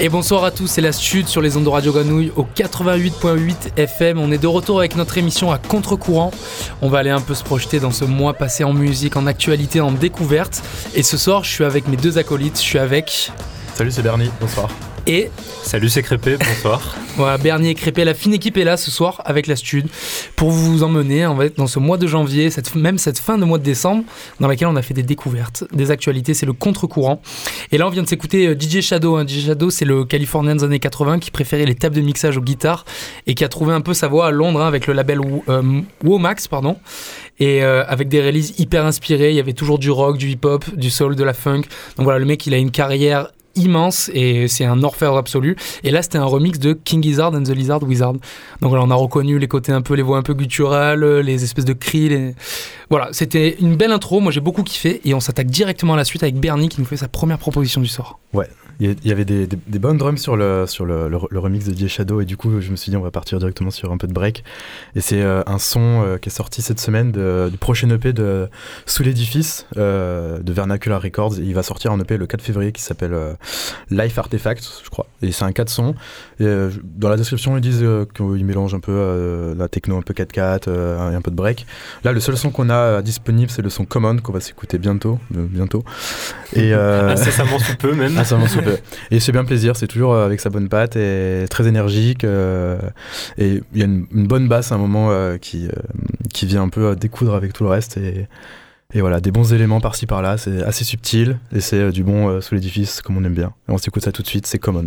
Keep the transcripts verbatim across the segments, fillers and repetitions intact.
Et bonsoir à tous, c'est la Stud sur les ondes de Radio Grenouille au quatre-vingt-huit virgule huit F M. On est de retour avec notre émission à contre-courant. On va aller un peu se projeter dans ce mois passé en musique, en actualité, en découverte. Et ce soir, je suis avec mes deux acolytes. Je suis avec... Salut, c'est Bernie, bonsoir. Et... Salut, c'est Crépé, bonsoir. Voilà, Bernie et Crépé, la fine équipe est là ce soir avec la Stud pour vous emmener en fait, dans ce mois de janvier, cette, même cette fin de mois de décembre, dans laquelle on a fait des découvertes, des actualités, c'est le contre-courant. Et là, on vient de s'écouter D J Shadow. Hein. D J Shadow, c'est le Californien des années quatre-vingts qui préférait les tables de mixage aux guitares et qui a trouvé un peu sa voix à Londres hein, avec le label euh, Womax, pardon. Et euh, avec des releases hyper inspirées, il y avait toujours du rock, du hip-hop, du soul, de la funk. Donc voilà, le mec, il a une carrière immense et c'est un orfèvre absolu. Et là, c'était un remix de King Gizzard and the Lizard Wizard. Donc voilà, on a reconnu les côtés un peu, les voix un peu gutturales, les espèces de cris. Les... Voilà, c'était une belle intro. Moi, j'ai beaucoup kiffé et on s'attaque directement à la suite avec Bernie qui nous fait sa première proposition du soir. Ouais. Il y avait des, des, des bonnes drums sur, le, sur le, le, le remix de D J Shadow et du coup je me suis dit on va partir directement sur un peu de break et c'est euh, un son euh, qui est sorti cette semaine de, du prochain E P de Sous l'édifice euh, de Vernacular Records. Il va sortir un E P le quatre février qui s'appelle euh, Life Artifact je crois et c'est un quatre sons et, euh, dans la description ils disent euh, qu'ils mélangent un peu euh, la techno un peu quatre quatre euh, et un peu de break. Là le seul son qu'on a euh, disponible c'est le son Common qu'on va s'écouter bientôt euh, bientôt et euh, incessamment sous peu même incessamment sous peu. Et c'est bien plaisir, c'est toujours avec sa bonne patte et très énergique euh, et il y a une, une bonne basse à un moment euh, qui, euh, qui vient un peu découdre avec tout le reste et, et voilà, des bons éléments par-ci par-là, c'est assez subtil et c'est euh, du bon euh, sous l'édifice comme on aime bien. Et on s'écoute ça tout de suite, c'est Common.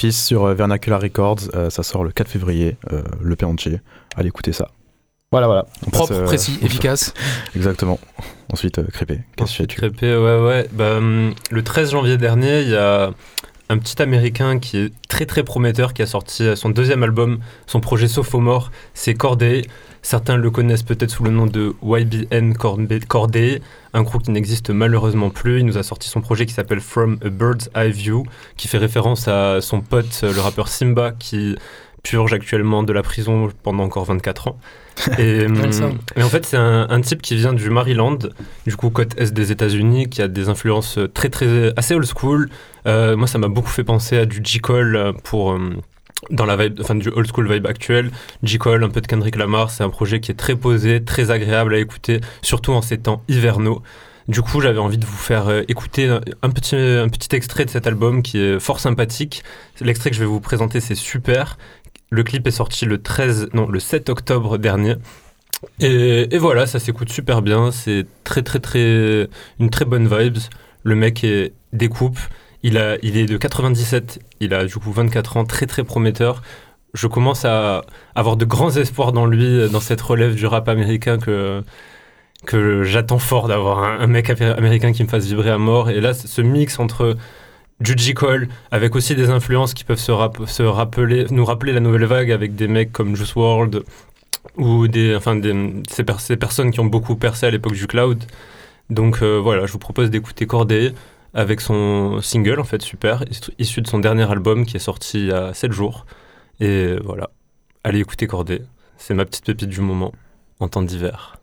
Practice sur euh, Vernacular Records. Euh, ça sort le quatre février, euh, le P entier. Allez écouter ça. Voilà, voilà. On Propre, passe, euh, précis, efficace. Exactement. Ensuite, euh, Crépé. Qu'est-ce que tu fais? Crépé, ouais, ouais. Bah, hum, le treize janvier dernier, il y a un petit Américain qui est très très prometteur, qui a sorti son deuxième album, son projet Sophomore, c'est Corday. Certains le connaissent peut-être sous le nom de Y B N Corday, un groupe qui n'existe malheureusement plus. Il nous a sorti son projet qui s'appelle From a Bird's Eye View, qui fait référence à son pote, le rappeur Simba, qui purge actuellement de la prison pendant encore vingt-quatre ans. Et, et en fait, c'est un, un type qui vient du Maryland, du coup côte est des États-Unis, qui a des influences très très assez old school. Euh, moi, ça m'a beaucoup fait penser à du J. Cole pour euh, dans la vibe, enfin du old school vibe actuel. J. Cole, un peu de Kendrick Lamar. C'est un projet qui est très posé, très agréable à écouter, surtout en ces temps hivernaux. Du coup, j'avais envie de vous faire euh, écouter un petit, un petit extrait de cet album qui est fort sympathique. L'extrait que je vais vous présenter, c'est Super. Le clip est sorti le treize, non, le sept octobre dernier. Et, et voilà, ça s'écoute super bien. C'est très, très, très, une très bonne vibes. Le mec est découpe. Il, a, il est de quatre-vingt-dix-sept. Il a du coup vingt-quatre ans, très, très prometteur. Je commence à avoir de grands espoirs dans lui, dans cette relève du rap américain que, que j'attends fort d'avoir un, un mec américain qui me fasse vibrer à mort. Et là, ce mix entre du J. Cole, avec aussi des influences qui peuvent se, rap- se rappeler, nous rappeler la nouvelle vague avec des mecs comme Juice world ou des, enfin des, ces, per- ces personnes qui ont beaucoup percé à l'époque du cloud. Donc euh, voilà, je vous propose d'écouter Corday avec son single, en fait, Super, issu de son dernier album qui est sorti il y a sept jours. Et voilà, allez écouter Corday, c'est ma petite pépite du moment, en temps d'hiver.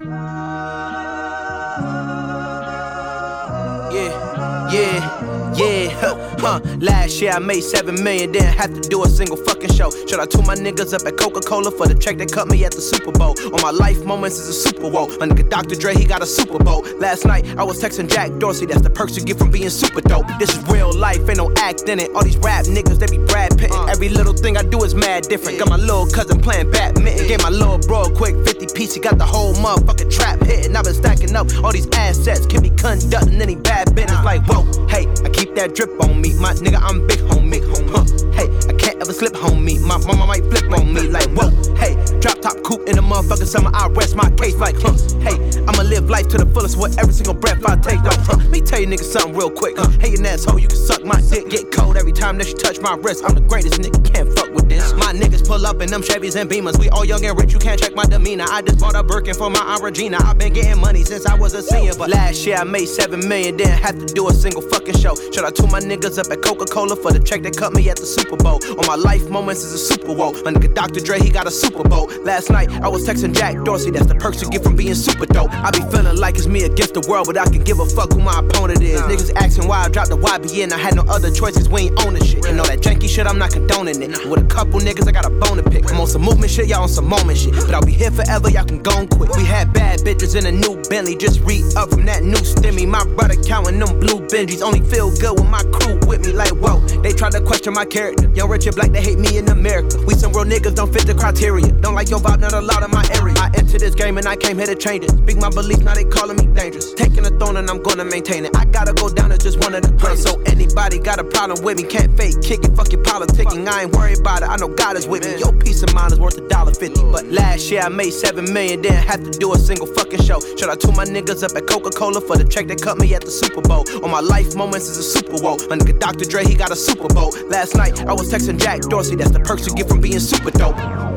Yeah, yeah. Yeah, huh, huh. Last year I made seven million, didn't have to do a single fucking show. Shout out to my niggas up at Coca-Cola for the check that cut me at the Super Bowl. All my life moments is a Super Bowl. My nigga Doctor Dre, he got a Super Bowl. Last night I was texting Jack Dorsey, that's the perks you get from being super dope. This is real life, ain't no act in it. All these rap niggas, they be Brad Pitt. Every little thing I do is mad different. Got my little cousin playing badminton. Gave my little bro a quick fifty piece, he got the whole motherfucking trap hitting. I've been stacking up all these assets, can be conducting any bad business. Like, whoa, hey, I keep that drip on me, my nigga, I'm big homie, huh, hey, I can't ever slip homie, my mama might flip on me, like, whoa, hey, drop top coupe in the motherfucking summer, I rest my case, like, huh, hey, I'ma live life to the fullest with every single breath I take, like, huh, let me tell you niggas something real quick, huh, hey, an asshole, you can suck my dick, get cold every time that you touch my wrist, I'm the greatest nigga, can't fuck with this, my niggas pull up in them Chevys and Beamers, we all young and rich, you can't check my demeanor, I just bought a Birkin for my Aunt Regina, I've been getting money since I was a senior, but last year I made seven million, didn't have to do a single fucking show, shout out to my niggas up at Coca-Cola for the check that cut me at the Super Bowl. All my life moments is a Super Bowl. My nigga Doctor Dre, he got a Super Bowl. Last night, I was texting Jack Dorsey, that's the perks you get from being super dope. I be feeling like it's me against the world, but I can give a fuck who my opponent is. Nah. Niggas asking why I dropped the Y B N, I had no other choices, we ain't owning shit. And all that janky shit, I'm not condoning it. Nah. With a couple niggas, I got a bone to pick. I'm on some movement shit, y'all on some moment shit. But I'll be here forever, y'all can go and quit. We had bad bitches in a new Bentley, just re-up from that new stimmy. My brother counting them blue Benjis, only feel good with my crew with me, like whoa. They try to question my character. Young, rich, and black, they hate me in America. We some real niggas, don't fit the criteria. Don't like your vibe, not a lot in my area. I entered this game and I came here to change it. Speak my beliefs, now they calling me dangerous. Taking a throne and I'm gonna maintain it. I gotta go down as just one of the greatest. So anybody got a problem with me, can't fake kick it, fuck your politicking. I ain't worried about it, I know God is with me. Your peace of mind is worth a dollar fifty. But last year I made seven million, didn't have to do a single fucking show. Shout out to my niggas up at Coca-Cola for the check that cut me at the Super Bowl. All my life moments is a Super Bowl. My nigga Doctor Dre, he got a Super Bowl. Last night I was texting Jack Dorsey, that's the perks you get from being super dope.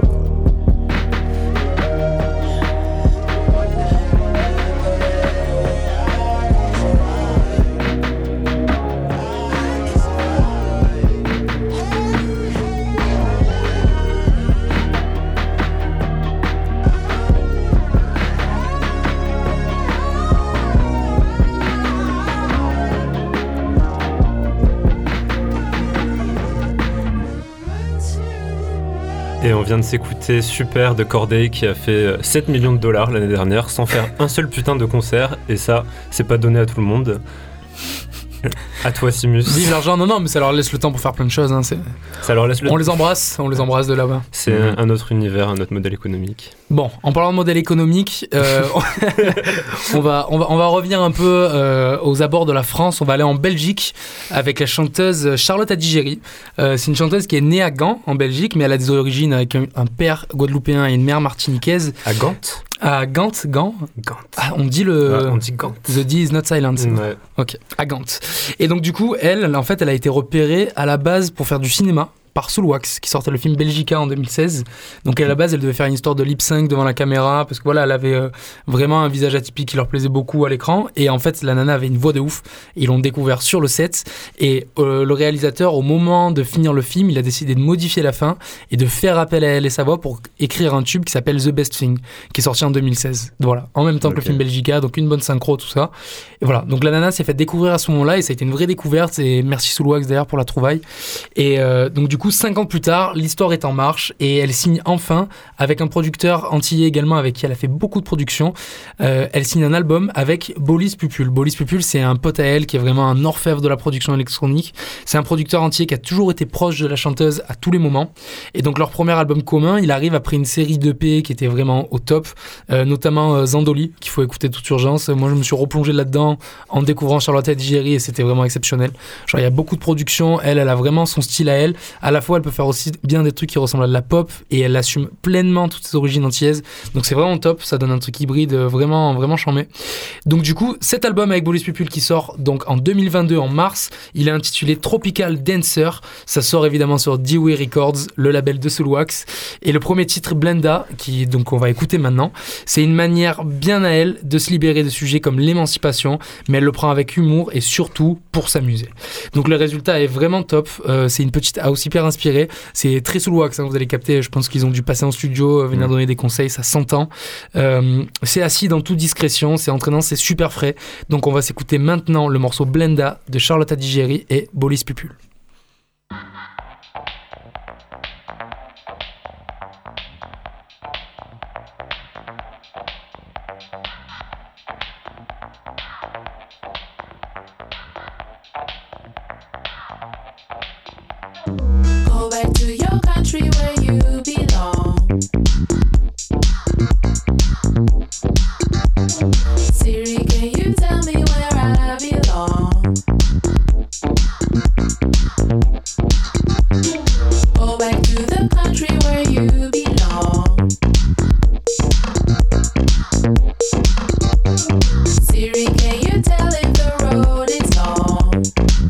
Et on vient de s'écouter Super de Corday qui a fait sept millions de dollars l'année dernière sans faire un seul putain de concert. Et ça, c'est pas donné à tout le monde. À toi, Simus. Vive l'argent, non, non, mais ça leur laisse le temps pour faire plein de choses. Hein, c'est... Ça leur laisse le... On les embrasse, on les embrasse de là-bas. C'est mmh. un, un autre univers, un autre modèle économique. Bon, en parlant de modèle économique, euh, on, va, on, va, on va revenir un peu euh, aux abords de la France. On va aller en Belgique avec la chanteuse Charlotte Adigéry. Euh, c'est une chanteuse qui est née à Gand, en Belgique, mais elle a des origines avec un, un père guadeloupéen et une mère martiniquaise. À Gand À Gand, Gand. Gand. Ah, on dit le. Ah, on dit Gand. The D is not silent. Ouais. Ok, à Gand. Et donc, du coup, elle, en fait, elle a été repérée à la base pour faire du cinéma par Soulwax, qui sortait le film Belgica en deux mille seize. Donc à la base, elle devait faire une histoire de lip sync devant la caméra, parce que voilà, elle avait euh, vraiment un visage atypique qui leur plaisait beaucoup à l'écran. Et en fait, la nana avait une voix de ouf. Ils l'ont découvert sur le set. Et euh, le réalisateur, au moment de finir le film, il a décidé de modifier la fin et de faire appel à elle et sa voix pour écrire un tube qui s'appelle The Best Thing, qui est sorti en deux mille seize. Voilà, en même temps okay. que le film Belgica, donc une bonne synchro, tout ça. Et voilà, donc la nana s'est fait découvrir à ce moment-là et ça a été une vraie découverte. Et merci Soulwax d'ailleurs pour la trouvaille. Et euh, donc du coup, cinq ans plus tard, l'histoire est en marche et elle signe enfin avec un producteur antillais également avec qui elle a fait beaucoup de productions. Euh, elle signe un album avec Bolis Pupul. Bolis Pupul, c'est un pote à elle qui est vraiment un orfèvre de la production électronique. C'est un producteur antillais qui a toujours été proche de la chanteuse à tous les moments. Et donc leur premier album commun, il arrive après une série d'E P qui était vraiment au top, euh, notamment euh, Zandoli, qu'il faut écouter toute urgence. Moi, je me suis replongé là-dedans en découvrant Charlotte Adigéry et c'était vraiment exceptionnel. Genre, il y a beaucoup de productions. Elle, elle a vraiment son style à elle. À la fois, elle peut faire aussi bien des trucs qui ressemblent à de la pop et elle assume pleinement toutes ses origines antillaises, donc c'est vraiment top, ça donne un truc hybride vraiment vraiment charmé. Donc du coup, cet album avec Bolis Pupul qui sort donc en deux mille vingt-deux en mars, il est intitulé Tropical Dancer, ça sort évidemment sur Dewey Records, le label de Soulwax, et le premier titre Blenda, qui donc on va écouter maintenant, c'est une manière bien à elle de se libérer de sujets comme l'émancipation, mais elle le prend avec humour et surtout pour s'amuser. Donc le résultat est vraiment top, euh, c'est une petite house hyper inspirée. C'est très Soulwax, hein, vous allez capter. Je pense qu'ils ont dû passer en studio, euh, venir mmh. donner des conseils, ça s'entend. Euh, c'est assis dans toute discrétion, c'est entraînant, c'est super frais. Donc on va s'écouter maintenant le morceau Blenda de Charlotte Adigéry et Bolis Pupul. Where you belong. Siri, can you tell me where I belong? Go back to the country where you belong. Siri, can you tell if the road is long?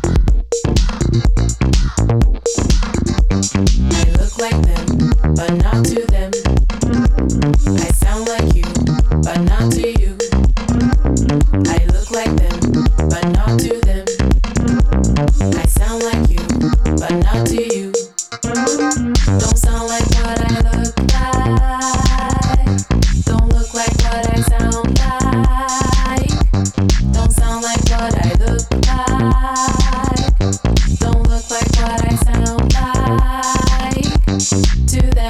Like them, but not to them. I sound like you, but not to you. I look like them, but not to them. I sound like you, but not to you. Don't sound like what I look like. Don't look like what I sound like. Don't sound like what I look like. Don't look like what I sound like. To them.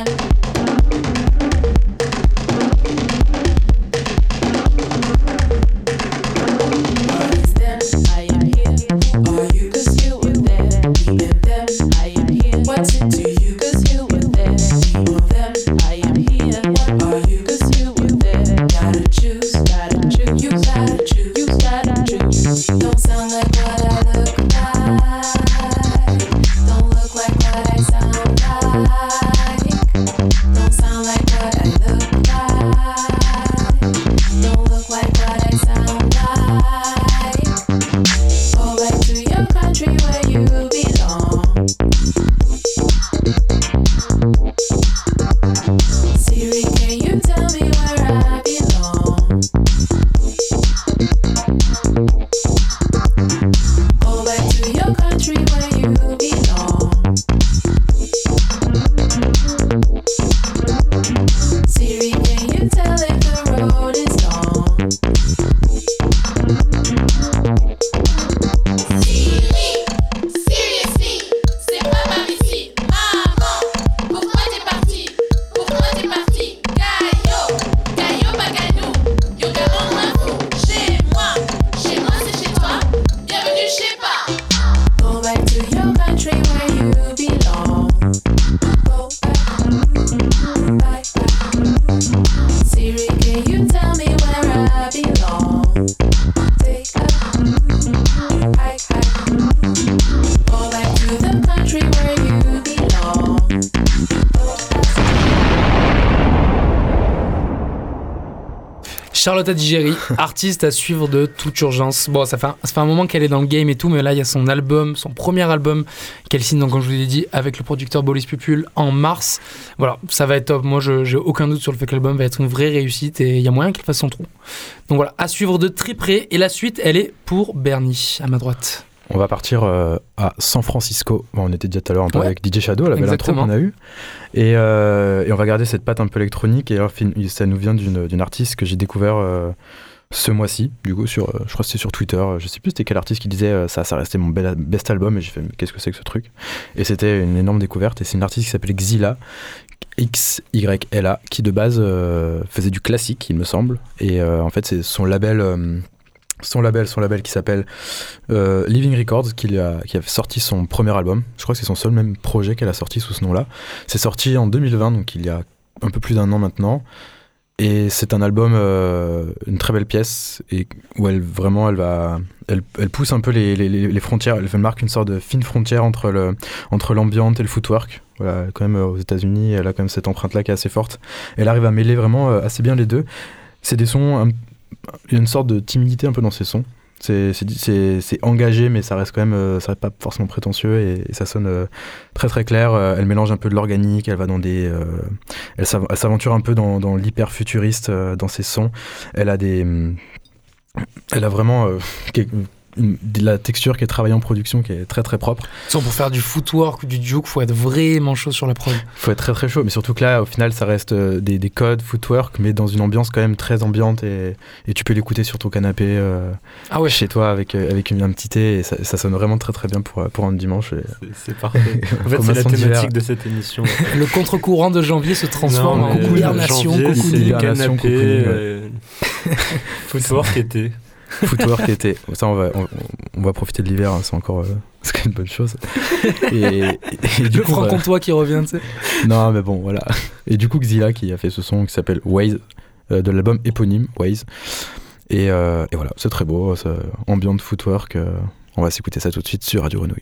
What is them? I am here. Are you? Cause you were there. Even them. I am here. What's it to you? Cause you were there. Even them. I am here. What are you? Cause you were there. Gotta choose. Gotta choose. You gotta choose. You gotta choose. Don't sound like what I look like. Don't look like what I sound like. Don't sound like what I look like. Don't look like what I sound like. Go back to your country where you belong. Charlotte Adigéry, artiste à suivre de toute urgence. Bon, ça fait, un, ça fait un moment qu'elle est dans le game et tout, mais là, il y a son album, son premier album qu'elle signe, donc, comme je vous l'ai dit, avec le producteur Bolis Pupul en mars. Voilà, ça va être top. Moi, je, j'ai aucun doute sur le fait que l'album va être une vraie réussite et il y a moyen qu'elle fasse son trou. Donc voilà, à suivre de très près. Et la suite, elle est pour Bernie, à ma droite. On va partir euh, à San Francisco. Bon, on était déjà tout à l'heure un peu Ouais. avec D J Shadow, la belle intro Exactement. qu'on a eue. Et, euh, et on va garder cette patte un peu électronique. Et alors, fin- ça nous vient d'une, d'une artiste que j'ai découvert euh, ce mois-ci, du coup, sur, euh, je crois que c'était sur Twitter. Je sais plus c'était quel artiste qui disait euh, ça, ça restait mon bel, best album. Et j'ai fait, mais qu'est-ce que c'est que ce truc ? Et c'était une énorme découverte. Et c'est une artiste qui s'appelle Xyla, X Y L A, qui de base euh, faisait du classique, il me semble. Et euh, en fait, c'est son label. Euh, Son label, son label qui s'appelle euh, Living Records, qui a, qui a sorti son premier album. Je crois que c'est son seul même projet qu'elle a sorti sous ce nom-là. C'est sorti en deux mille vingt, donc il y a un peu plus d'un an maintenant. Et c'est un album, euh, une très belle pièce, et où elle vraiment, elle va, elle, elle pousse un peu les, les, les frontières. Elle, elle marque une sorte de fine frontière entre le, entre l'ambient et le footwork. Voilà, quand même aux États-Unis, elle a quand même cette empreinte-là qui est assez forte. Elle arrive à mêler vraiment euh, assez bien les deux. C'est des sons. Un, Il y a une sorte de timidité un peu dans ses sons. C'est, c'est, c'est, c'est engagé, mais ça reste quand même, euh, ça reste pas forcément prétentieux et, et ça sonne euh, très très clair. Euh, elle mélange un peu de l'organique, elle va dans des, euh, elle, s'av- elle s'aventure un peu dans, dans l'hyper futuriste euh, dans ses sons. Elle a des, elle a vraiment euh, quelque- une- de la texture qui est travaillée en production qui est très très propre. Sans pour faire du footwork ou du juke, faut être vraiment chaud sur la prod. Faut être très très chaud, mais surtout que là, au final, ça reste euh, des, des codes footwork, mais dans une ambiance quand même très ambiante et, et tu peux l'écouter sur ton canapé euh, Ah ouais. chez toi avec, euh, avec une, un petit thé et ça, ça sonne vraiment très très bien pour, pour un dimanche. Et, C'est, c'est parfait. En fait, Comme c'est un la son d'hiver. thématique de cette émission. Le contre-courant de janvier se transforme Non, en mais hibernation, janvier, c'est cocooning. Hibernation, canapé, cocooning, ouais. euh, footwork été. footwork été. Ça, on va, on, on va profiter de l'hiver, hein, c'est encore euh, c'est quand même une bonne chose. Et, et, et du Le coup, bah, franc-comtois qui revient, tu sais. non, mais bon, voilà. Et du coup, Xyla qui a fait ce son qui s'appelle Waze, euh, de l'album éponyme Waze. Et, euh, et voilà, c'est très beau, ça, ambient footwork. Euh, on va s'écouter ça tout de suite sur Radio Grenouille.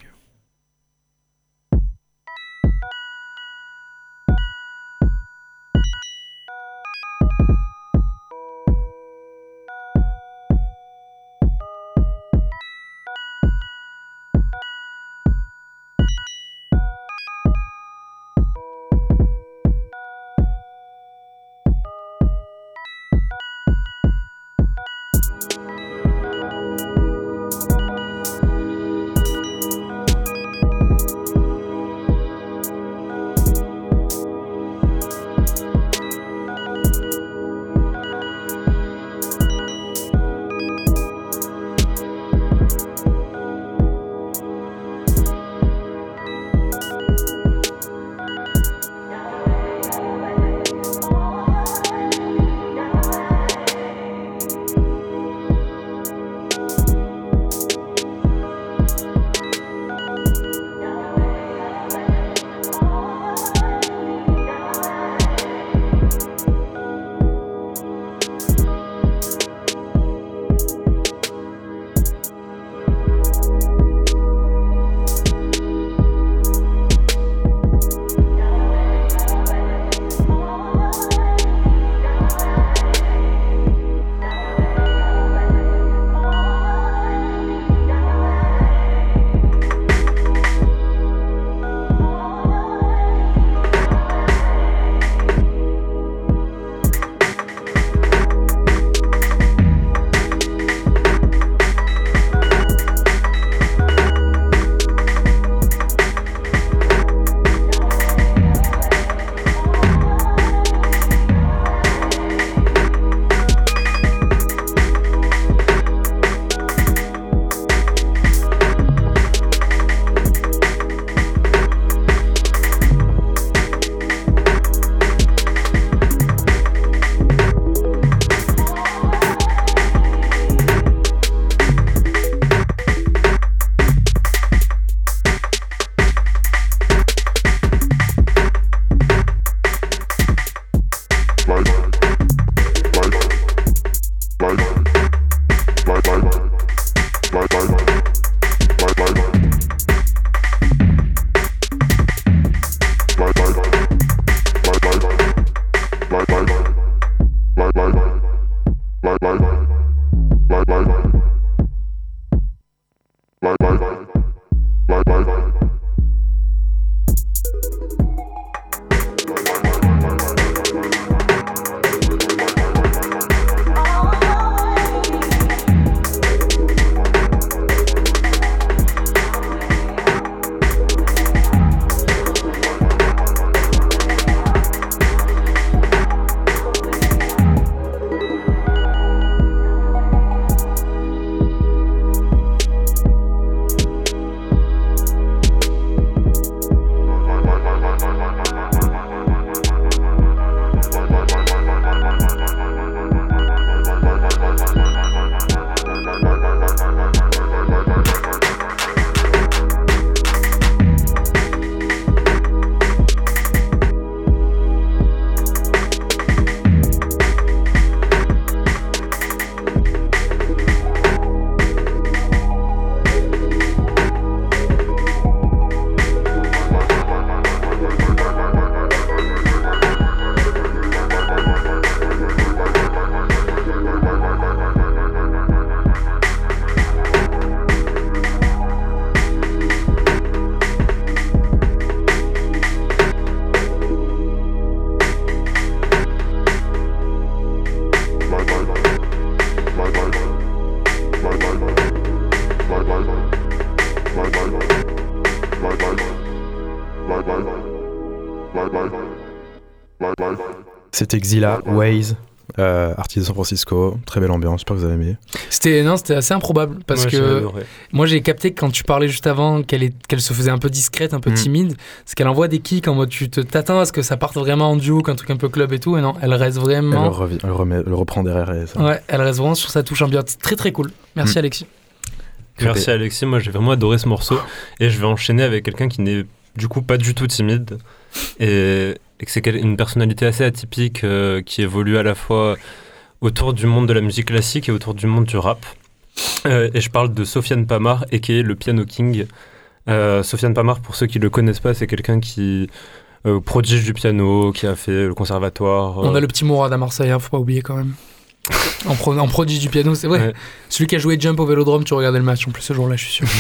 C'était Xila, Waze, euh, artiste de San Francisco, très belle ambiance, j'espère que vous avez aimé. C'était, non, c'était assez improbable parce Moi, j'ai que adoré. moi j'ai capté que quand tu parlais juste avant qu'elle, est, qu'elle se faisait un peu discrète, un peu Mm. timide, c'est qu'elle envoie des kicks en mode tu te, t'attends à ce que ça parte vraiment en duo, un truc un peu club et tout, et non, elle reste Elle, vraiment. le revi- elle le remet- elle le reprend derrière et ça. Ouais, elle reste vraiment sur sa touche ambiante. Très très cool. Merci Mm. Alexis. Merci Alexis, moi j'ai vraiment adoré ce morceau et je vais enchaîner avec quelqu'un qui n'est du coup pas du tout timide et, et que c'est quel- une personnalité assez atypique euh, qui évolue à la fois autour du monde de la musique classique et autour du monde du rap. Euh, et je parle de Sofiane Pamar et qui est le Piano King. Euh, Sofiane Pamar, pour ceux qui le connaissent pas, c'est quelqu'un qui euh, prodige du piano, qui a fait le conservatoire. On euh, a le petit Mourad à Marseille, hein, faut pas oublier quand même. En, pro, en prodige du piano, c'est vrai. Ouais. Celui qui a joué Jump au Vélodrome, tu regardais le match en plus ce jour-là, je suis sûr.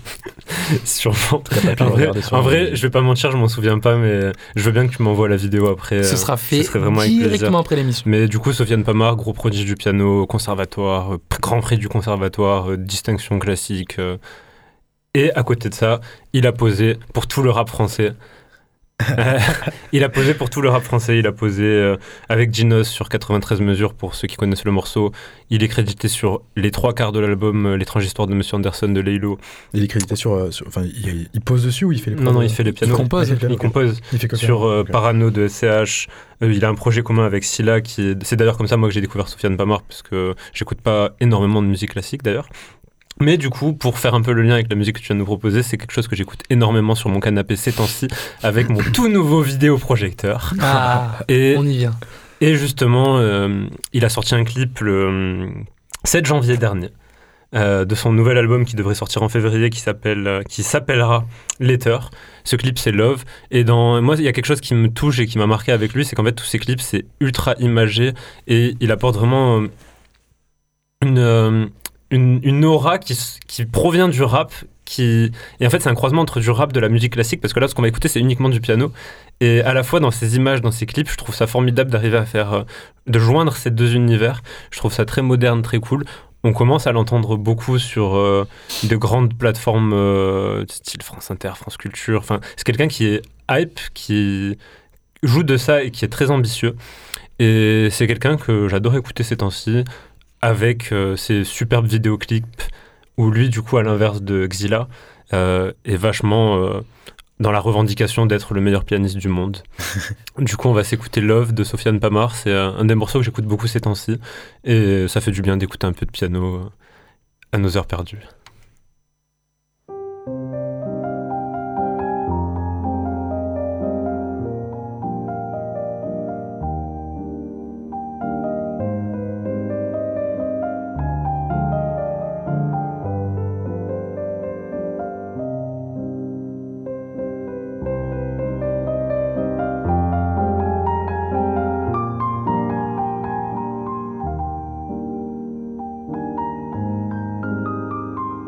Sûrement. t'as pu En le vrai, regarder sur en un- vrai, je vais pas mentir, je m'en souviens pas, mais je veux bien que tu m'envoies la vidéo après. Ce euh, sera fait serait vraiment avec plaisir. directement après l'émission. Mais du coup, Sofiane Pamar, gros prodige du piano, conservatoire, euh, grand prix du conservatoire, euh, distinction classique. euh. Et à côté de ça, il a posé pour tout le rap français. Euh, il a posé pour tout le rap français. Il a posé euh, avec Ginos sur quatre-vingt-treize mesures pour ceux qui connaissent le morceau. Il est crédité sur les trois quarts de l'album euh, L'étrange histoire de Monsieur Anderson de Laylo. Il est crédité sur, euh, sur- enfin, il, il pose dessus ou il fait les Non, non, il fait les pianos. Il compose. Ah, il fait le Il piano, ok. compose. Il fait que Sur piano, euh, ok. Parano de S C H. Euh, il a un projet commun avec Scylla qui est... C'est d'ailleurs comme ça moi que j'ai découvert Sofiane Pamar parce que j'écoute pas énormément de musique classique d'ailleurs. Mais du coup, pour faire un peu le lien avec la musique que tu viens de nous proposer, c'est quelque chose que j'écoute énormément sur mon canapé ces temps-ci avec mon tout nouveau vidéoprojecteur. Ah, Et, on y vient. et justement, euh, il a sorti un clip le sept janvier dernier euh, de son nouvel album qui devrait sortir en février qui s'appelle euh, qui s'appellera Later. Ce clip c'est Love et dans moi il y a quelque chose qui me touche et qui m'a marqué avec lui, c'est qu'en fait tous ces clips c'est ultra imagé et il apporte vraiment euh, une, euh, une une aura qui s- qui provient du rap qui et en fait c'est un croisement entre du rap de la musique classique parce que là ce qu'on va écouter c'est uniquement du piano et à la fois dans ces images dans ces clips je trouve ça formidable d'arriver à faire euh, de joindre ces deux univers. Je trouve ça très moderne, très cool. On commence à l'entendre beaucoup sur euh, de grandes plateformes euh, style France Inter, France Culture. Enfin, c'est quelqu'un qui est hype, qui joue de ça et qui est très ambitieux. Et c'est quelqu'un que j'adore écouter ces temps-ci avec euh, ses superbes vidéoclips où lui, du coup, à l'inverse de Xila, euh, est vachement euh, dans la revendication d'être le meilleur pianiste du monde. Du coup, on va s'écouter Love de Sofiane Pamar. C'est un, un des morceaux que j'écoute beaucoup ces temps-ci. Et ça fait du bien d'écouter un peu de piano euh, à nos heures perdues. Thank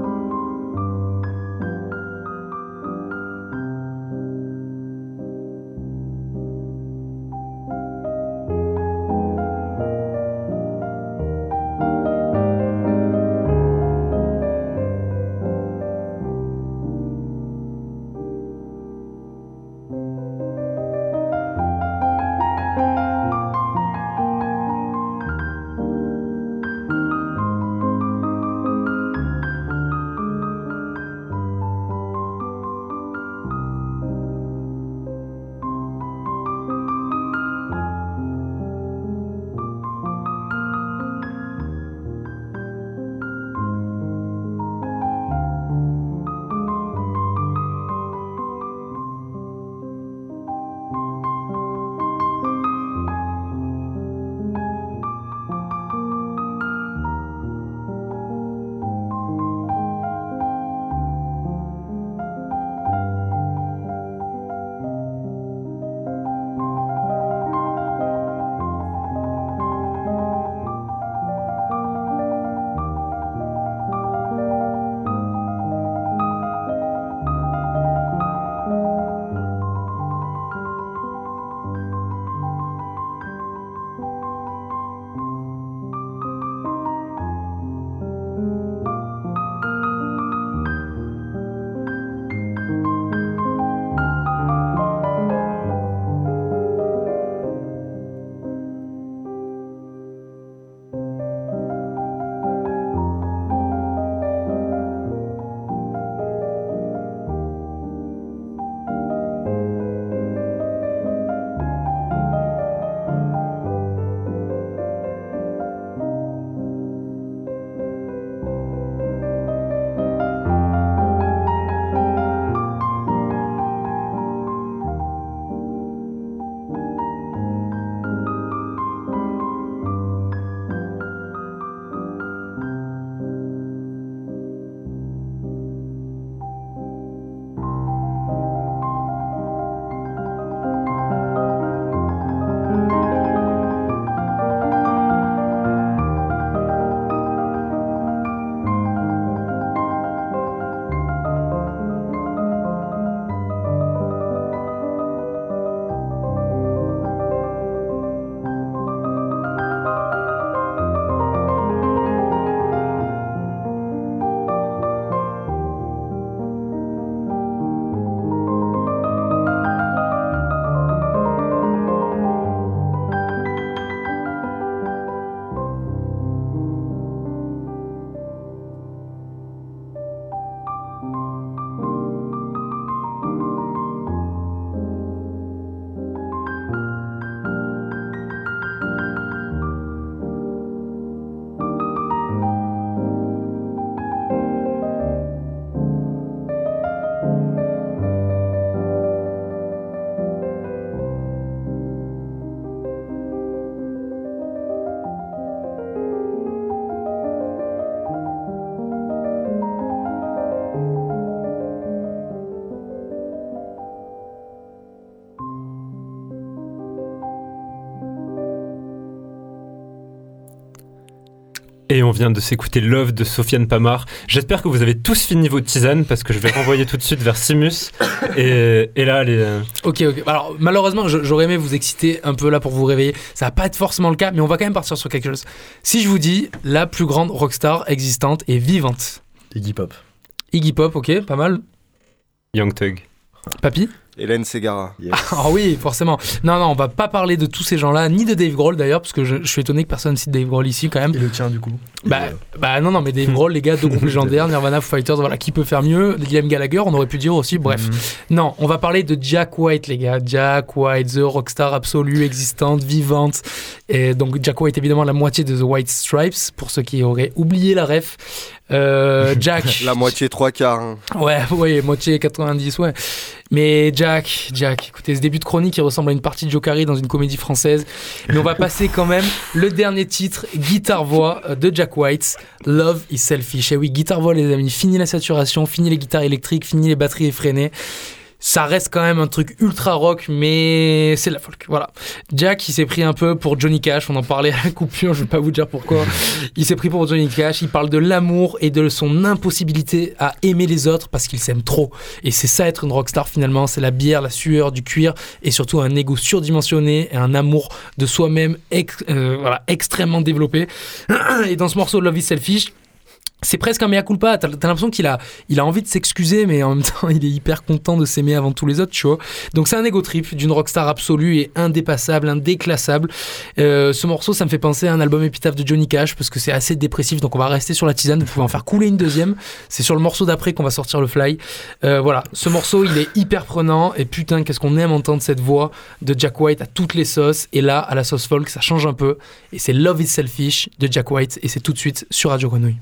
Et on vient de s'écouter Love de Sofiane Pamar. J'espère que vous avez tous fini vos tisanes parce que je vais renvoyer tout de suite vers Simus. Et, et là, les... Ok, ok. Alors, malheureusement, j'aurais aimé vous exciter un peu là pour vous réveiller. Ça va pas être forcément le cas, mais on va quand même partir sur quelque chose. Si je vous dis la plus grande rockstar existante et vivante. Iggy Pop. Iggy Pop, ok, pas mal. Young Thug. Papy? Hélène Ségara. Yes. Ah oui, forcément. Non, non, on va pas parler de tous ces gens-là, ni de Dave Grohl d'ailleurs, parce que je, je suis étonné que personne cite Dave Grohl ici quand même. Et le tien du coup. Bah, bah non, non, mais Dave Grohl, les gars, deux groupes légendaires, Nirvana, Foo Fighters, voilà, qui peut faire mieux? Liam Gallagher, on aurait pu dire aussi, bref. Mm. Non, on va parler de Jack White, les gars. Jack White, the rockstar absolue, existante, vivante. Et donc, Jack White, évidemment, la moitié de The White Stripes, pour ceux qui auraient oublié la ref. Euh, Jack. La moitié, trois quarts. Hein. Ouais, ouais, moitié quatre-vingt-dix, ouais. Mais Jack, Jack, écoutez, ce début de chronique, il ressemble à une partie de Joe Carey dans une comédie française. Mais on va passer quand même le dernier titre, guitare-voix de Jack White, Love is Selfish. Et oui, guitare-voix, les amis, fini la saturation, fini les guitares électriques, fini les batteries effrénées. Ça reste quand même un truc ultra rock, mais c'est de la folk. Voilà. Jack, il s'est pris un peu pour Johnny Cash. On en parlait à la coupure, je vais pas vous dire pourquoi. Il s'est pris pour Johnny Cash. Il parle de l'amour et de son impossibilité à aimer les autres parce qu'il s'aime trop. Et c'est ça être une rockstar finalement. C'est la bière, la sueur, du cuir et surtout un ego surdimensionné et un amour de soi-même ex- euh, voilà, extrêmement développé. Et dans ce morceau Love is Selfish, c'est presque un mea culpa, t'as, t'as l'impression qu'il a, il a envie de s'excuser, mais en même temps il est hyper content de s'aimer avant tous les autres, tu vois. Donc c'est un ego trip d'une rockstar absolue et indépassable, indéclassable. Euh, ce morceau, ça me fait penser à un album épitaphe de Johnny Cash, parce que c'est assez dépressif, donc on va rester sur la tisane, vous pouvez en faire couler une deuxième. C'est sur le morceau d'après qu'on va sortir le fly. Euh, voilà, ce morceau il est hyper prenant, et putain qu'est-ce qu'on aime entendre cette voix de Jack White à toutes les sauces, et là à la sauce folk ça change un peu, et c'est Love is Selfish de Jack White, et c'est tout de suite sur Radio Grenouille.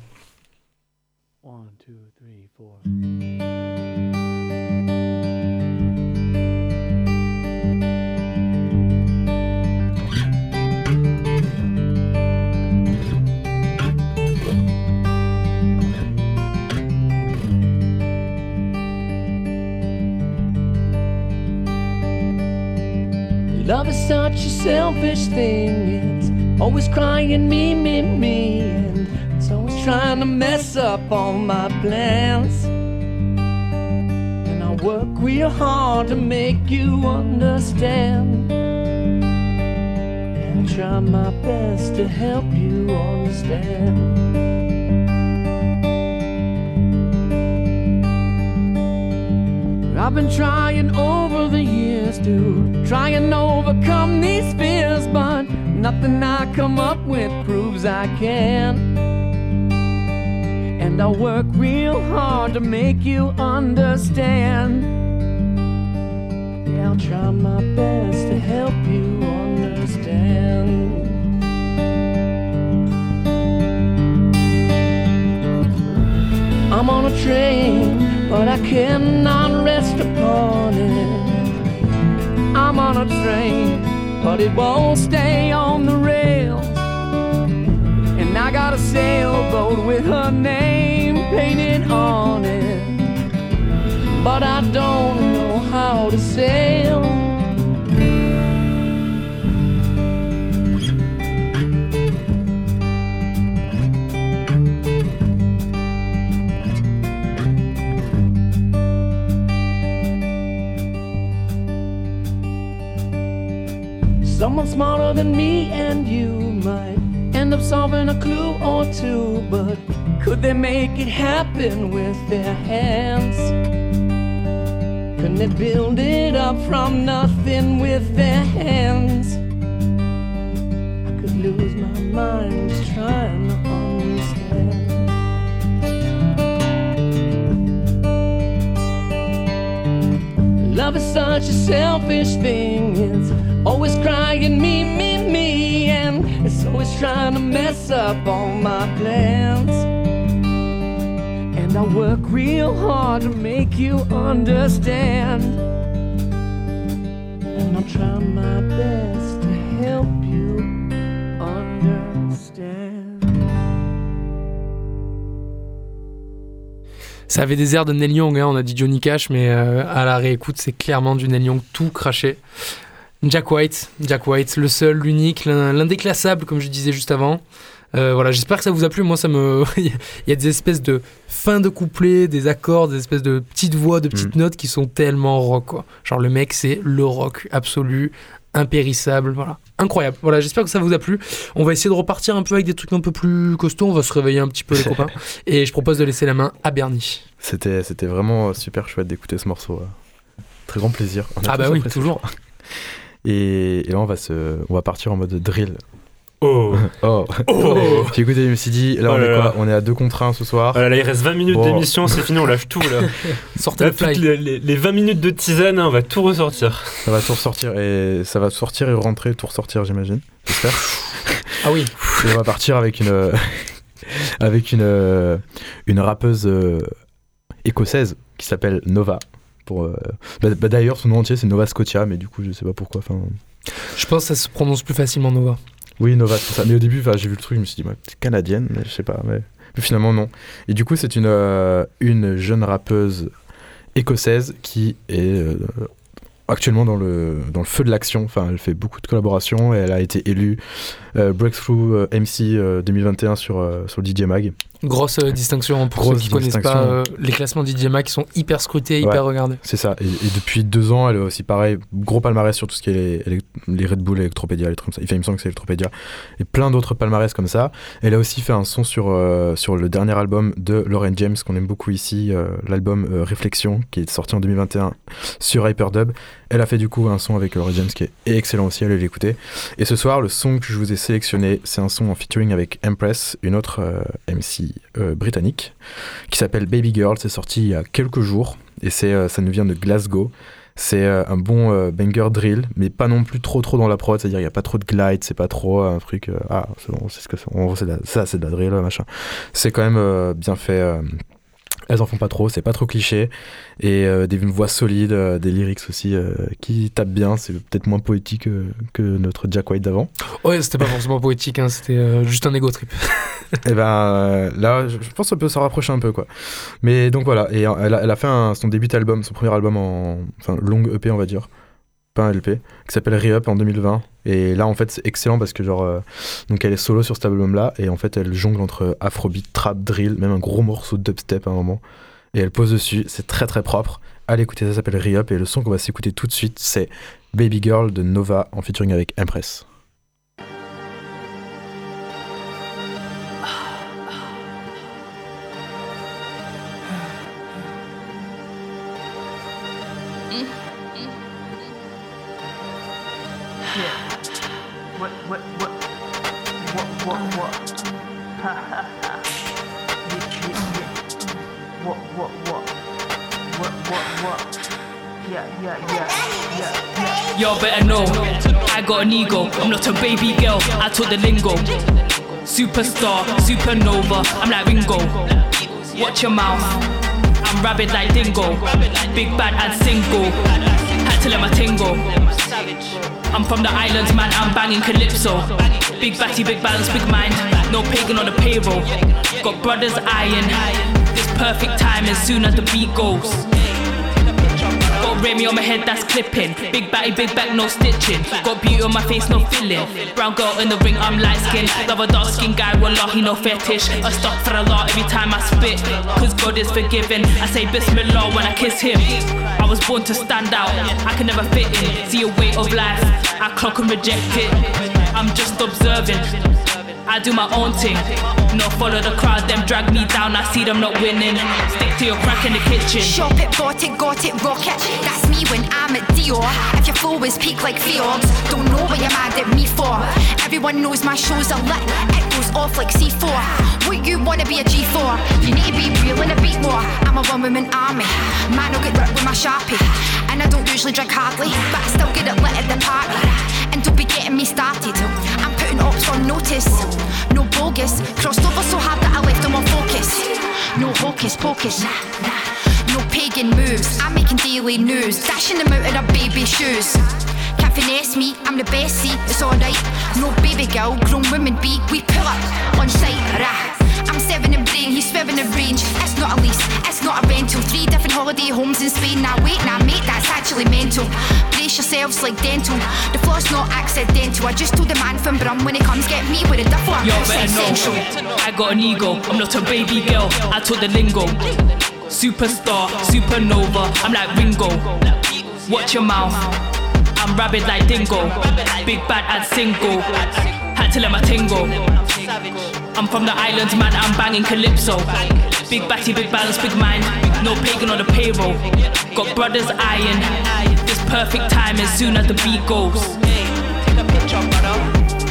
Love is such a selfish thing. It's always crying me, me, me. And it's always trying to mess up all my plans. And I work real hard to make you understand. And I try my best to help you understand. I've been trying over the years to try and overcome these fears, but nothing I come up with proves I can. And I work real hard to make you understand. Yeah, I'll try my best to help you understand. I'm on a train, but I cannot rest upon it. I'm on a train, but it won't stay on the rails. And I got a sailboat with her name painted on it, but I don't know how to sail. Someone smarter than me and you might end up solving a clue or two, but could they make it happen with their hands? Couldn't they build it up from nothing with their hands? I could lose my mind just trying to understand. Love is such a selfish thing. It's always crying me, me, me, and it's always trying to mess up all my plans. And I work real hard to make you understand. And I'll try my best to help you understand. Ça avait des airs de Neil Young, hein, on a dit Johnny Cash, mais euh, à la réécoute, c'est clairement du Neil Young tout craché. Jack White, Jack White, le seul, l'unique, l'indéclassable, comme je disais juste avant. Euh, voilà, j'espère que ça vous a plu. Moi, ça me, il y a des espèces de fins de couplets, des accords, des espèces de petites voix, de petites mmh. notes qui sont tellement rock, quoi. Genre le mec, c'est le rock absolu, impérissable, voilà, incroyable. Voilà, j'espère que ça vous a plu. On va essayer de repartir un peu avec des trucs un peu plus costauds. On va se réveiller un petit peu les copains. Et je propose de laisser la main à Bernie. C'était, c'était vraiment super chouette d'écouter ce morceau. Très grand plaisir. Ah bah oui, toujours. Et, et là, on va se, on va partir en mode drill. Oh. oh. oh. J'ai écouté, je me suis dit, là, oh on là est quoi là. On est à deux contre un ce soir. Oh là, là, il reste vingt minutes bon. d'émission, c'est fini, on lâche tout là. Sortez là, le fly. Les, les, les vingt minutes de tisane, hein, on va tout ressortir. Ça va tout ressortir et ça va sortir et rentrer, tout ressortir, j'imagine. J'espère. Ah oui. Et on va partir avec une, avec une, une rappeuse écossaise qui s'appelle Nova. Pour, euh, bah, bah d'ailleurs, son nom entier c'est Nova Scotia, mais du coup, je sais pas pourquoi. Je pense que ça se prononce plus facilement Nova. Oui, Nova, c'est ça. Mais au début, j'ai vu le truc, je me suis dit, ouais, c'est canadienne, mais je sais pas. Mais, mais finalement, non. Et du coup, c'est une, euh, une jeune rappeuse écossaise qui est euh, actuellement dans le, dans le feu de l'action. Enfin, elle fait beaucoup de collaborations et elle a été élue euh, Breakthrough euh, M C euh, deux mille vingt et un sur, euh, sur le D J Mag. Grosse euh, distinction pour Grosse ceux qui connaissent pas euh, les classements D J Mag qui sont hyper scrutés, hyper ouais, regardés. C'est ça. Et, et depuis deux ans, elle est aussi pareil, gros palmarès sur tout ce qui est les, les, les Red Bull, Electropédia, les trucs comme ça. Enfin, il me semble que c'est Electropédia. Et plein d'autres palmarès comme ça. Elle a aussi fait un son sur, euh, sur le dernier album de Lauren James qu'on aime beaucoup ici, euh, l'album euh, Réflexion, qui est sorti en deux mille vingt et un sur Hyperdub. Elle a fait du coup un son avec Lauren James qui est excellent aussi, allez l'écouter. Et ce soir, le son que je vous ai sélectionné, c'est un son en featuring avec Empress, une autre euh, M C euh, britannique, qui s'appelle Baby Girl. C'est sorti il y a quelques jours et c'est, euh, ça nous vient de Glasgow. C'est euh, un bon euh, banger drill, mais pas non plus trop trop dans la prod, c'est-à-dire il n'y a pas trop de glide, c'est pas trop euh, un truc, euh, ah c'est bon, c'est ce que c'est, en gros, c'est de la, ça c'est de la drill, machin. C'est quand même euh, bien fait. Euh, Elles en font pas trop, c'est pas trop cliché. Et euh, des, une voix solide, euh, des lyrics aussi euh, qui tapent bien. C'est peut-être moins poétique euh, que notre Jack White d'avant. Ouais, c'était pas forcément poétique, hein, c'était euh, juste un ego trip. Et ben euh, là, je pense qu'on peut s'en rapprocher un peu, quoi. Mais donc voilà, et elle a, elle a fait un, son début d'album, son premier album en. Enfin, longue E P, on va dire. Pas un L P, qui s'appelle Re-Up en deux mille vingt. Et là, en fait, c'est excellent parce que, genre, euh, donc elle est solo sur cet album-là, et en fait, elle jongle entre afrobeat, trap, drill, même un gros morceau de dubstep à un moment. Et elle pose dessus, c'est très très propre. Allez écouter, ça s'appelle Re-Up, et le son qu'on va s'écouter tout de suite, c'est Baby Girl de Nova en featuring avec Empress. What, what, what, what, what, what, ha ha ha, yeah, yeah, yeah, what, what, what, what, what, what, yeah, yeah, yeah, yeah, yeah. Y'all better know, I got an ego, I'm not a baby girl, I took the lingo. Superstar, supernova, I'm like Ringo. Watch your mouth, I'm rabid like Dingo. Big bad and single, had to let my tingle. I'm from the islands, man, I'm banging calypso. Big batty, big balance, big mind. No pagan on the payroll. Got brothers eyeing this perfect time as soon as the beat goes. Got Remy on my head, that's clipping. Big batty, big back, no stitching. Got beauty on my face, no filling. Brown girl in the ring, I'm light skin. Love a dark skin guy, wallahi, no fetish. I stop for a lot every time I spit. Cause God is forgiving. I say Bismillah when I kiss him. I was born to stand out, I can never fit in. See a weight of life, I clock and reject it. I'm just observing, I do my own thing. No follow the crowd, them drag me down, I see them not winning. Stick to your crack in the kitchen. Shop it, bought it, got it, rock it. That's me when I'm at Dior. If your flow is peak like Theorbs, don't know what you're mad at me for. Everyone knows my shows are lit, it goes off like C four. What you wanna be a G four? You need to be real and a beat more. I'm a one woman army, man I'll get ripped with my Sharpie. And I don't usually drink hardly, but I still get it lit at the party. And don't be getting me started, I'm putting ops on notice. No bogus, crossed over so hard that I left them on focus. No hocus pocus, no pagan moves. I'm making daily news, dashing them out in her baby shoes. Can't finesse me, I'm the best, see, it's alright. No baby girl, grown women beat, we pull up on sight, rah. I'm I'm seven and brain, he's swerving the range. It's not a lease, it's not a rental. Three different holiday homes in Spain. Now wait, now mate, that's actually mental. Brace yourselves like dental. The floor's not accidental. I just told the man from Brum when he comes get me with a duffel. I'm Yo, it's better essential. know, I got an ego, I'm not a baby girl, I told the lingo. Superstar, supernova, I'm like Ringo. Watch your mouth, I'm rabid like Dingo. Big bad and single, had to let my tingle. I'm from the islands, man, I'm banging Calypso. Big batty, big balance, big mind, no pagan on the payroll. Got brothers eyeing, this perfect time as soon as the beat goes. Take a picture, brother.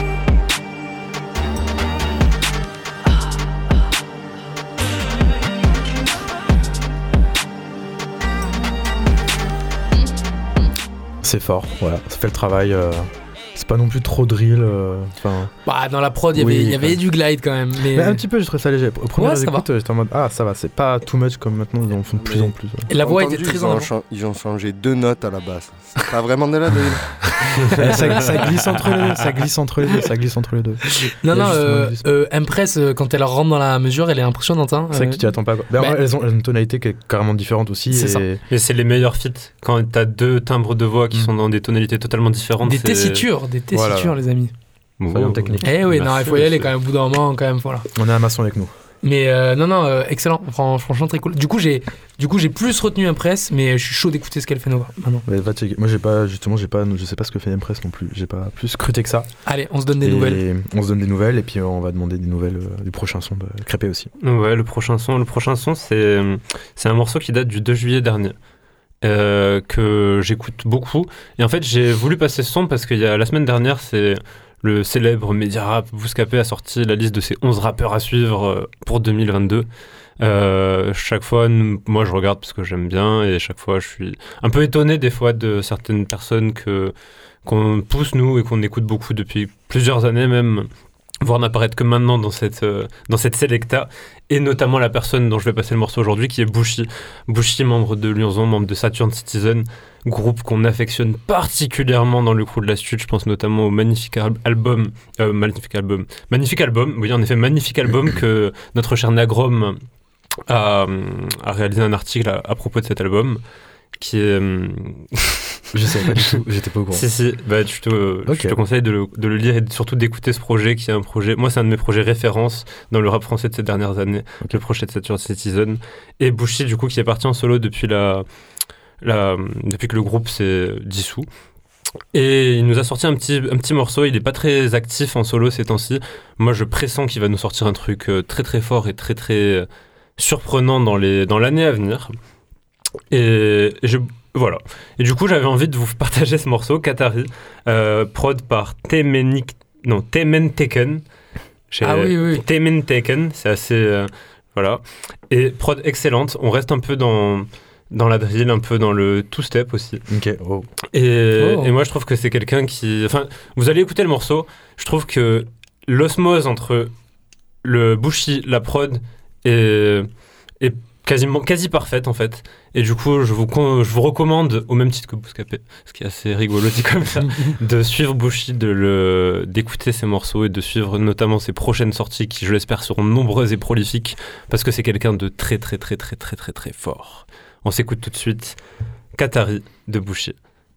C'est fort, voilà, ça fait le travail. Euh, c'est pas non plus trop drill. Euh, bah, dans la prod, il y avait, oui, y avait du glide quand même. Mais, mais un petit peu, je trouvais ça léger. Au premier ouais, écoute, j'étais en mode ah, ça va, c'est pas too much comme maintenant, ils en font de plus en plus. Ouais. Et la voix était très ils, en ont cha- ils ont changé deux notes à la basse. C'est pas vraiment de la drill. ça, ça glisse entre les deux, ça glisse entre les deux, ça glisse entre les deux. Non, non, euh, euh, Empress, quand elle rentre dans la mesure, elle est impressionnante. Hein, c'est vrai que tu t'y attends pas. Quoi. Bah, bah, elles, ont, elles ont une tonalité qui est carrément différente aussi. C'est et... ça. Mais c'est les meilleurs feats quand t'as deux timbres de voix qui mmh. sont dans des tonalités totalement différentes. Des c'est... tessitures, des tessitures, voilà. Les amis. Bon, technique. Eh oui, non, il faut y aller quand même au bout d'un moment, quand même, voilà. On a un maçon avec nous. Mais euh, non, non, euh, excellent, franchement très cool. Du coup, j'ai, du coup, j'ai plus retenu Empress, mais je suis chaud d'écouter ce qu'elle fait Nova maintenant. Ouais, va checker. Moi, j'ai pas, justement, j'ai pas, je sais pas ce que fait Empress non plus. J'ai pas plus scruté que ça. Allez, on se donne des et nouvelles. On se donne des nouvelles et puis on va demander des nouvelles euh, du prochain son de Crépé aussi. Ouais, le prochain son, le prochain son, c'est, c'est un morceau qui date du deux juillet dernier. Euh, que j'écoute beaucoup. Et en fait, j'ai voulu passer ce son parce qu'il y a la semaine dernière, c'est le célèbre média rap Bouscapé a sorti la liste de ses onze rappeurs à suivre pour deux mille vingt-deux. Euh, chaque fois, moi je regarde parce que j'aime bien et chaque fois je suis un peu étonné des fois de certaines personnes que, qu'on pousse nous et qu'on écoute beaucoup depuis plusieurs années même, voire n'apparaître que maintenant dans cette, euh, dans cette Selecta, et notamment la personne dont je vais passer le morceau aujourd'hui qui est Bouchy. Bouchy, membre de Luanzon, membre de Saturn Citizen, groupe qu'on affectionne particulièrement dans le crew de la Stud. Je pense notamment au magnifique al- album, euh, magnifique album, magnifique album, oui en effet, magnifique album que notre cher Nagrom a, a réalisé un article à, à propos de cet album, qui est... Je savais pas du tout, j'étais pas au courant. Si, si, bah, je, te, okay. je te conseille de le, de le lire et surtout d'écouter ce projet qui est un projet... Moi, c'est un de mes projets références dans le rap français de ces dernières années, okay. Le projet de Saturn Citizen. Et Bouchy, du coup, qui est parti en solo depuis, la, la, depuis que le groupe s'est dissous. Et il nous a sorti un petit, un petit morceau, il est pas très actif en solo ces temps-ci. Moi, je pressens qu'il va nous sortir un truc très très fort et très très surprenant dans, les, dans l'année à venir. Et, et je... Voilà. Et du coup, j'avais envie de vous partager ce morceau, Qatari, euh, prod par Temenik... Non, Temen Taken. Ah oui, oui. Temen Taken, c'est assez... Euh, voilà. Et prod excellente. On reste un peu dans, dans la drill, un peu dans le two-step aussi. Ok, oh. Et, oh. et moi, je trouve que c'est quelqu'un qui... Enfin, vous allez écouter le morceau. Je trouve que l'osmose entre le Bouchy, la prod et... et quasiment quasi parfaite en fait, et du coup je vous je vous recommande au même titre que Bouscapé, ce qui est assez rigolo dit comme ça, de suivre Bouchy, de le d'écouter ses morceaux et de suivre notamment ses prochaines sorties qui je l'espère seront nombreuses et prolifiques parce que c'est quelqu'un de très très très très très très très fort. On s'écoute tout de suite Qatari de Bouchy.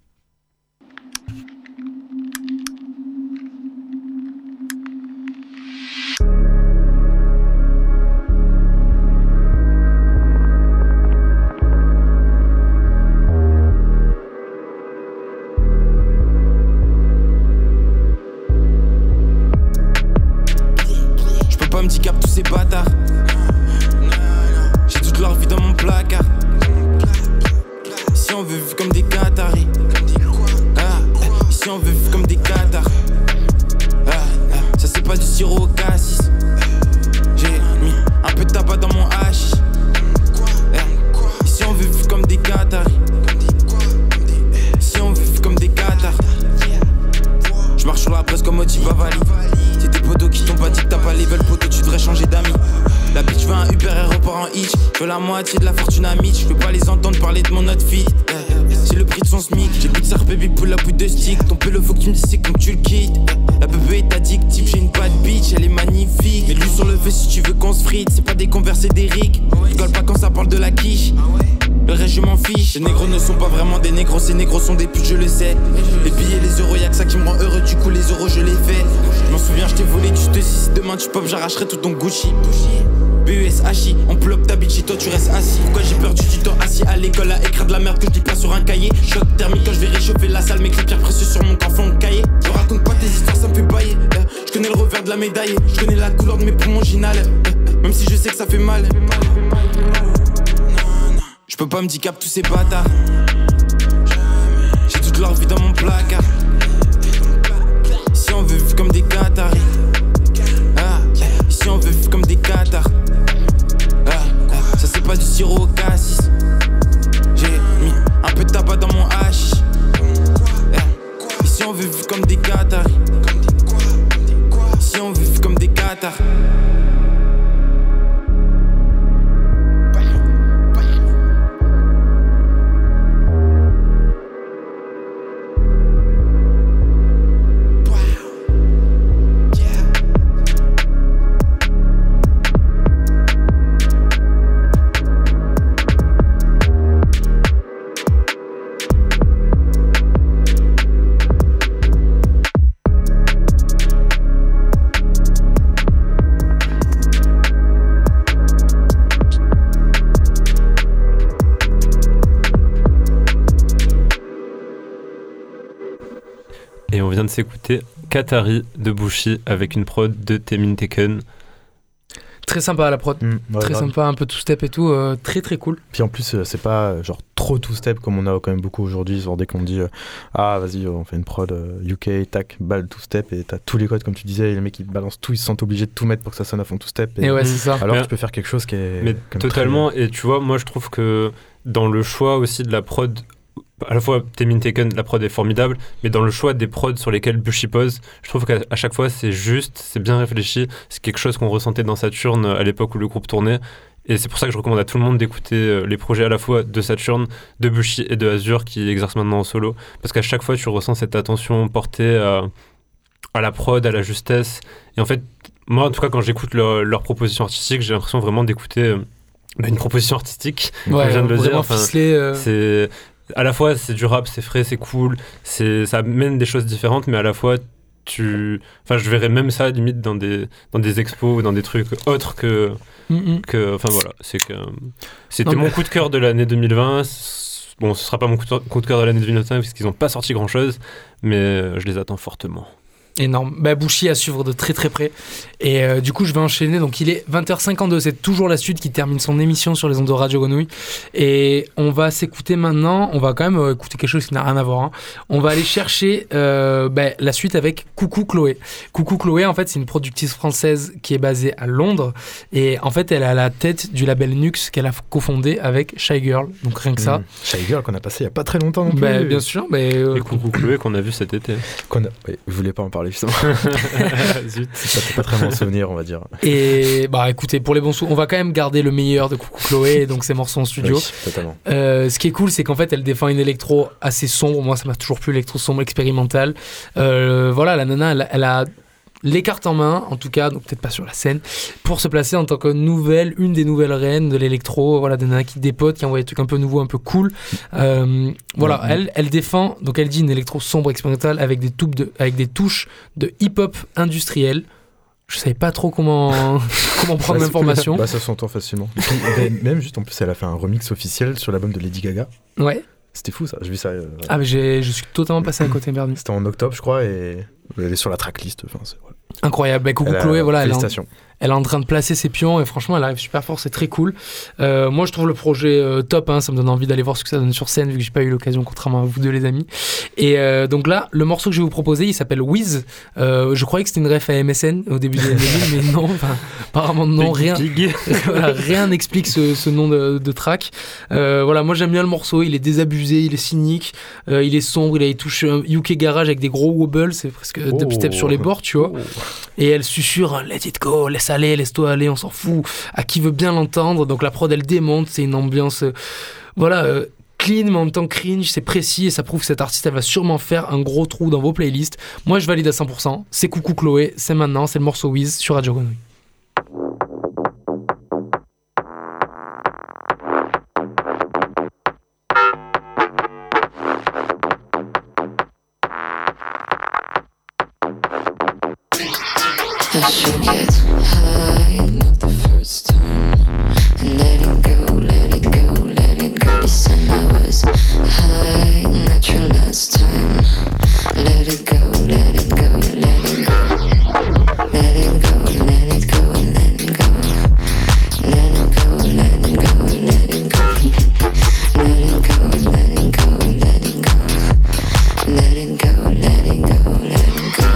Handicap tous ces bâtards. J'ai toute leur vie dans mon placard. Ici on veut vivre comme des Qataris. Ah, ici on veut vivre comme des Qatars. Ah, ah, ça c'est pas du sirop au cassis. J'ai mis un peu de tabac dans mon hachis. Ah, ici on veut vivre comme des Qataris. Ici on veut vivre comme des Qatars. J'marche sur la presse comme Oti Bavali. C'est tes potos qui t'ont pas dit que t'as pas level poteau, tu devrais changer d'amis. La bitch veut un Uber, elle repart en hitch. Je veux la moitié de la fortune à Mitch. Je veux pas les entendre parler de mon outfit. C'est le prix de son smic. J'ai plus de sœur baby pull up ou de stick. Ton pélo faut que tu me dises c'est comme tu le quittes. La bébé est addictive, j'ai une bad bitch, elle est magnifique. Mets-lui sur le feu si tu veux qu'on pense frites, c'est pas des conversés d'Eric. Je rigole pas quand ça parle de la quiche. Le reste je m'en fiche. Les négros ne sont pas vraiment des négros, ces négros sont des putes, je le sais. Les billets, les euros, y'a que ça qui me rend heureux, du coup les euros je les fais. Je m'en souviens, je t'ai volé du te six. Demain tu pop, j'arracherai tout ton Gucci. B E S H I, on plop ta bitch et toi tu restes assis. Pourquoi j'ai perdu du temps assis à l'école à écrire de la merde que je dis pas sur un cahier. Choc thermique quand je vais réchauffer la salle, mes les pierres précieuses sur mon carton de cahier. Je raconte pas tes histoires, ça me fait bailler. Je connais le revers de la médaille, je connais la couleur de mes poumons ginales. Même si je sais que ça fait mal. Je peux pas me handicap tous ces bâtards. J'ai toute leur vie dans mon placard. Ici on veut vivre comme des Qataris. Ah, ici on veut vivre comme des Qatars. Ah, ah, ça c'est pas du sirop au cassis. J'ai mis un peu de tabac dans mon hache. Ah, ici on veut vivre comme des Qataris. Ici on veut vivre comme des Qatars. Et on vient de s'écouter Qatari de Bushi avec une prod de Temin Taken. Très sympa la prod, mmh, ouais, très grave. sympa, un peu two step et tout, euh, très très cool. Puis en plus, euh, c'est pas euh, genre trop two step comme on a quand même beaucoup aujourd'hui. Genre dès qu'on dit euh, ah vas-y, on fait une prod euh, U K, tac, balle two step et t'as tous les codes comme tu disais. Et les mecs ils balancent tout, ils se sentent obligés de tout mettre pour que ça sonne à fond two step. Et, et ouais, c'est ça. Alors mais, tu peux faire quelque chose qui est. Mais totalement. Très... Et tu vois, moi je trouve que dans le choix aussi de la prod. À la fois, Temin Taken, la prod est formidable, mais dans le choix des prods sur lesquels Bushi pose, je trouve qu'à à chaque fois, c'est juste, c'est bien réfléchi. C'est quelque chose qu'on ressentait dans Saturne à l'époque où le groupe tournait. Et c'est pour ça que je recommande à tout le monde d'écouter les projets à la fois de Saturne, de Bushi et de Azur qui exercent maintenant en solo. Parce qu'à chaque fois, tu ressens cette attention portée à, à la prod, à la justesse. Et en fait, moi, en tout cas, quand j'écoute leur, leur proposition artistique, j'ai l'impression vraiment d'écouter bah, une proposition artistique. Ouais, comme je viens de le dire. Enfin, ficelé, euh... c'est... À la fois, c'est du rap, c'est frais, c'est cool, c'est, ça amène des choses différentes, mais à la fois, tu... Enfin, je verrais même ça, limite, dans des, dans des expos ou dans des trucs autres que... Mm-hmm. que enfin, voilà, c'est que... C'était non, mon mais... coup de cœur de l'année deux mille vingt. Bon, ce sera pas mon coup de, coup de cœur de l'année deux mille vingt et un, puisqu'ils n'ont pas sorti grand-chose, mais je les attends fortement. Énorme. Bah, Bushi à suivre de très très près. Et euh, du coup, je vais enchaîner. Donc, il est vingt heures cinquante-deux. C'est toujours la Sud qui termine son émission sur les ondes de Radio Grenouille. Et on va s'écouter maintenant. On va quand même euh, écouter quelque chose qui n'a rien à voir. Hein. On va aller chercher euh, bah, la suite avec Coucou Chloé. Coucou Chloé, en fait, c'est une productrice française qui est basée à Londres. Et en fait, elle est à la tête du label Nux qu'elle a cofondé avec Shy Girl. Donc, rien que ça. Mmh. Shy Girl qu'on a passé il n'y a pas très longtemps non plus. Bah, bien sûr. Mais, euh, Et Coucou Chloé qu'on a vu cet été. Qu'on a... Oui, je voulais pas en parler. Zut. Ça fait pas très bon souvenir, on va dire. Et bah écoutez, pour les bons sous, on va quand même garder le meilleur de Coucou Chloé, donc ses morceaux en studio. Oui, totalement. Euh, ce qui est cool, c'est qu'en fait, elle défend une électro assez sombre. Moi, ça m'a toujours plu, l'électro sombre expérimentale. Euh, voilà, la nana, elle, elle a les cartes en main, en tout cas, donc peut-être pas sur la scène, pour se placer en tant que nouvelle, une des nouvelles reines de l'électro, voilà, des nanas qui dépotent, qui envoient des trucs un peu nouveaux, un peu cool. Euh, voilà, mmh. elle, elle défend, donc elle dit une électro sombre expérimentale avec des, de, avec des touches de hip-hop industriel. Je savais pas trop comment, comment prendre bah, l'information. Bah, ça s'entend facilement. Et puis, même juste, en plus, elle a fait un remix officiel sur l'album de Lady Gaga. Ouais. C'était fou ça, j'ai vu ça. Euh, ah mais j'ai, je suis totalement passé à côté, Bernie. C'était en octobre je crois et elle est sur la tracklist. Enfin, c'est, voilà. Incroyable, bah, coucou elle Chloé, a, voilà, félicitations. Elle, en, elle est en train de placer ses pions et franchement elle arrive super fort, c'est très cool. Euh, moi je trouve le projet euh, top, hein, ça me donne envie d'aller voir ce que ça donne sur scène vu que j'ai pas eu l'occasion contrairement à vous deux les amis. Et euh, donc là, le morceau que je vais vous proposer il s'appelle Wiz. Euh, je croyais que c'était une ref à M S N au début de l'année, mais non, apparemment non, rien, voilà, rien n'explique ce, ce nom de, de track. Euh, voilà, moi j'aime bien le morceau, il est désabusé, il est cynique, euh, il est sombre, il a il touche un U K garage avec des gros wobbles, c'est presque oh. dubstep sur les bords, tu vois. Oh. Et elle susurre let it go, laisse aller, laisse-toi aller, on s'en fout. À qui veut bien l'entendre. Donc la prod elle démonte, c'est une ambiance euh, voilà euh, clean mais en même temps cringe, c'est précis et ça prouve que cette artiste elle va sûrement faire un gros trou dans vos playlists. Moi je valide à cent pour cent. C'est Coucou Chloé, c'est maintenant, c'est le morceau Wiz sur Radio Grenouille. I should get high, not the first time. Let it go, let it go, let it go. This time I was high, not your last time. Let it go, let it go, let it go. Let it go, let it go, let it go. Let it go, let it go, let it go. Let it go, let it go, let it go. Let it go, let it go, let it go.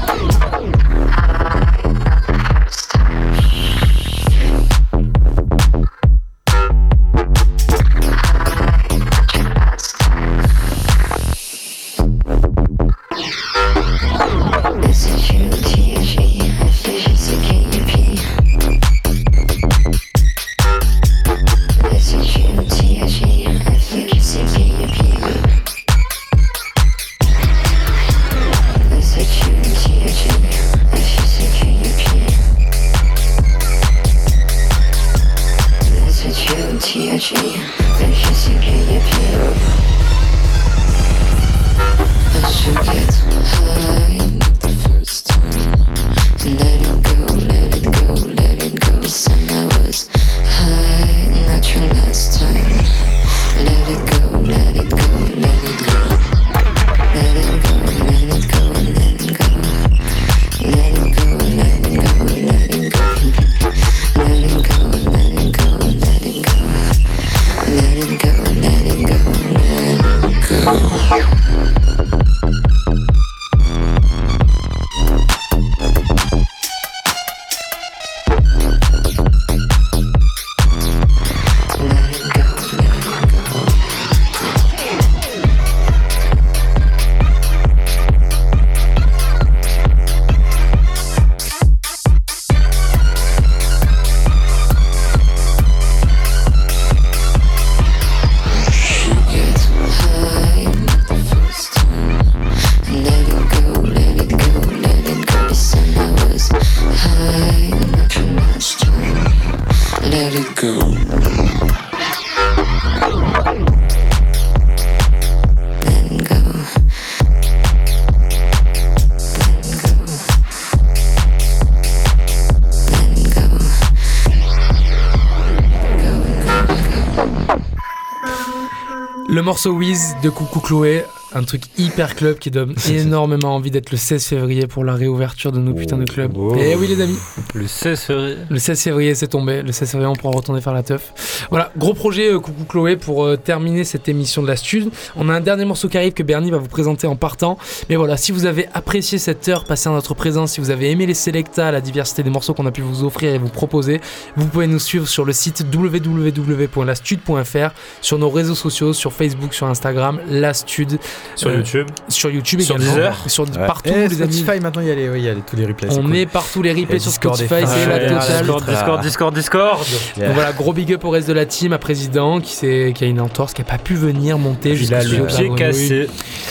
Le morceau Wiz de Coucou Chloé, un truc hyper club qui donne énormément envie d'être le seize février pour la réouverture de nos putains de clubs. Oh. Et oui les amis, Le seize février. le seize février c'est tombé, le seize février on pourra retourner faire la teuf. Voilà, gros projet euh, Coucou Chloé pour euh, terminer cette émission de la Stud. On a un dernier morceau qui arrive que Bernie va vous présenter en partant. Mais voilà, si vous avez apprécié cette heure passée en notre présence, si vous avez aimé les Selecta, la diversité des morceaux qu'on a pu vous offrir et vous proposer, vous pouvez nous suivre sur le site w w w point la stud point f r, sur nos réseaux sociaux, sur Facebook, sur Instagram, La Stud. Sur Euh, YouTube. Sur YouTube Sur également. Deezer. Sur Ouais. partout Et les Spotify, amis. maintenant il y a, les, oui, il y a les- tous les replays. c'est On cool. met partout les replays Et sur Discord, Spotify, et c'est la Ouais, totale. Discord, Discord, Discord, Discord. Yeah. Donc voilà, gros big up au reste de la team, à président qui, s'est, qui a une entorse, qui n'a pas pu venir monter Il jusqu'au a studio le de la pied Grenouille. cassé.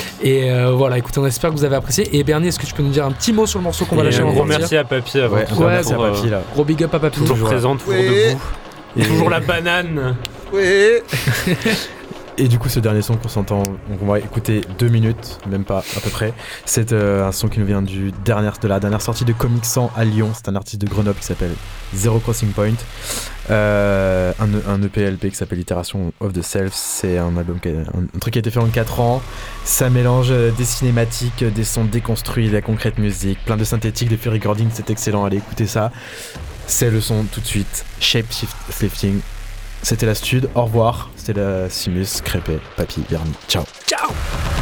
Et euh, voilà, écoutez, on espère que vous avez apprécié. Et Bernie, est-ce que tu peux nous dire un petit mot sur le morceau qu'on va Et lâcher un avant de gros partir? merci à Papy avant Ouais, tout. encore Ouais, merci à pour, euh, Papy là. Gros big up à Papy. Toujours Toujours. présent, toujours Oui. debout. Et- Toujours la banane. Oui. Et du coup, ce dernier son qu'on s'entend, donc on va écouter deux minutes, même pas à peu près. C'est euh, un son qui nous vient du dernier, de la dernière sortie de Comic cent à Lyon. C'est un artiste de Grenoble qui s'appelle Zero Crossing Point. Euh, un, un E P L P qui s'appelle Iteration of the Self. C'est un album, qui a- un, un truc qui a été fait en quatre ans. Ça mélange euh, des cinématiques, euh, des sons déconstruits, de la concrète musique, plein de synthétiques, des free recordings. C'est excellent. Allez écouter ça. C'est le son tout de suite. Shape Shifting. C'était la Stud, au revoir. C'était la Simus, Crépé, Papy, Bernie. Ciao. Ciao.